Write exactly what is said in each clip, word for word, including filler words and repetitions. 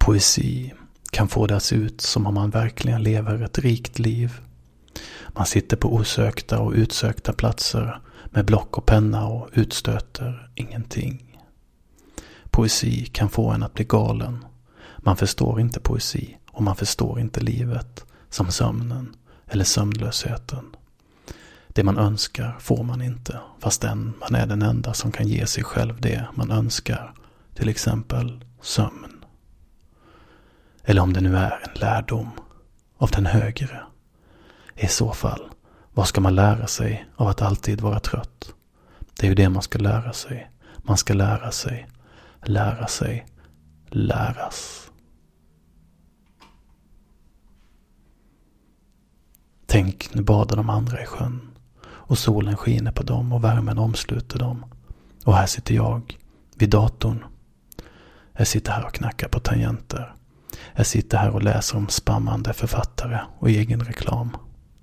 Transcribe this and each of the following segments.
Poesi kan få det att se ut som om man verkligen lever ett rikt liv. Man sitter på osökta och utsökta platser med block och penna och utstöter ingenting. Poesi kan få en att bli galen. Man förstår inte poesi och man förstår inte livet, som sömnen eller sömnlösheten. Det man önskar får man inte, fastän man är den enda som kan ge sig själv det man önskar, till exempel sömn. Eller om det nu är en lärdom av den högre. I så fall, vad ska man lära sig av att alltid vara trött? Det är ju det man ska lära sig. Man ska lära sig, lära sig, läras. Tänk, nu badar de andra i sjön och solen skiner på dem och värmen omsluter dem. Och här sitter jag vid datorn. Jag sitter här och knackar på tangenter. Jag sitter här och läser om spammande författare och egen reklam.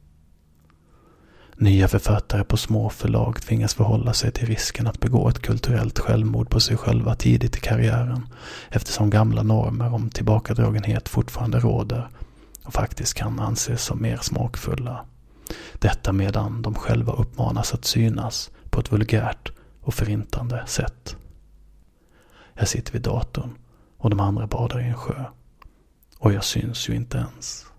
Nya författare på små förlag tvingas förhålla sig till risken att begå ett kulturellt självmord på sig själva tidigt i karriären, eftersom gamla normer om tillbakadragenhet fortfarande råder och faktiskt kan anses som mer smakfulla. Detta medan de själva uppmanas att synas på ett vulgärt och förintande sätt. Jag sitter vid datorn och de andra badar i en sjö. Och jag syns ju inte ens.